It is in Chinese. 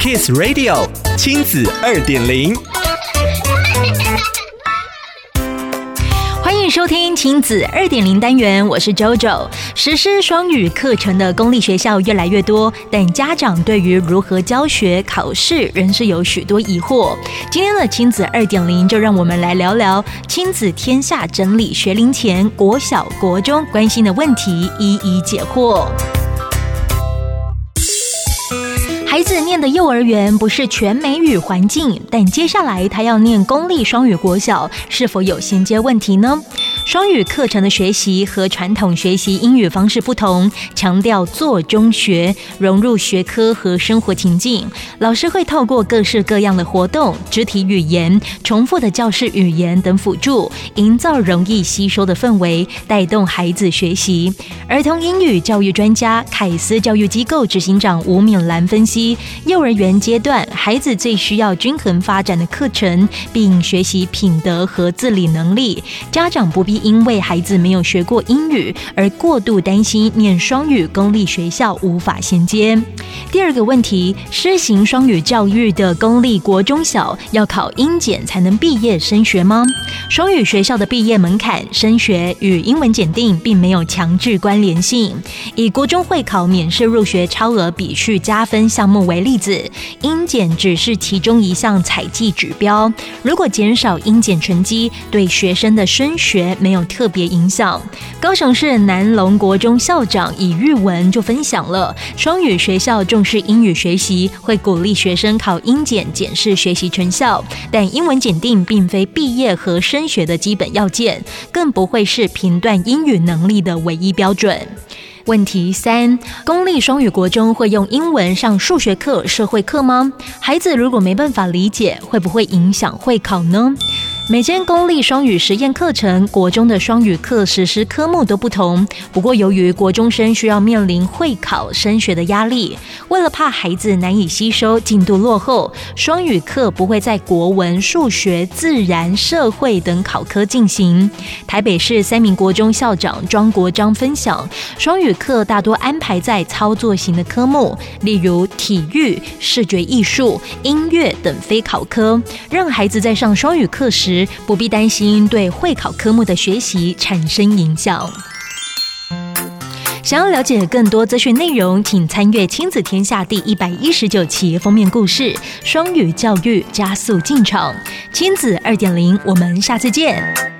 Kiss Radio 亲子2.0。 欢迎收听亲子2.0单元，我是 JoJo。实施双语课程的公立学校越来越多，但家长对于如何教学、考试仍是有许多疑惑。今天的亲子2.0就让我们来聊聊亲子天下整理学龄前国小、国中关心的问题，一一解惑。孩子念的幼儿园不是全美语环境，但接下来他要念公立双语国小，是否有衔接问题呢？双语课程的学习和传统学习英语方式不同，强调做中学，融入学科和生活情境。老师会透过各式各样的活动、肢体语言、重复的教室语言等辅助，营造容易吸收的氛围，带动孩子学习。儿童英语教育专家凯斯教育机构执行长吴敏兰分析，幼儿园阶段孩子最需要均衡发展的课程，并学习品德和自理能力。家长不必因为孩子没有学过英语而过度担心念双语公立学校无法衔接。第二个问题，施行双语教育的公立国中小要考英检才能毕业升学吗？双语学校的毕业门槛、升学与英文检定并没有强制关联性。以国中会考免试入学超额比序加分项目为例子，英检只是其中一项采计指标，如果减少英检成绩，对学生的升学没有特别影响。高雄市南龙国中校长以玉文就分享了，双语学校重视英语学习，会鼓励学生考英检检视学习成效，但英文检定并非毕业和升学的基本要件，更不会是评断英语能力的唯一标准。问题3，公立双语国中会用英文上数学课、社会课吗？孩子如果没办法理解，会不会影响会考呢？每间公立双语实验课程，国中的双语课实施科目都不同。不过，由于国中生需要面临会考升学的压力，为了怕孩子难以吸收、进度落后，双语课不会在国文、数学、自然、社会等考科进行。台北市3名国中校长庄国章分享，双语课大多安排在操作型的科目，例如体育、视觉艺术、音乐等非考科，让孩子在上双语课时不必担心对会考科目的学习产生影响。想要了解更多资讯内容，请参阅《亲子天下》第119期封面故事：双语教育加速进场。亲子2.0，我们下次见。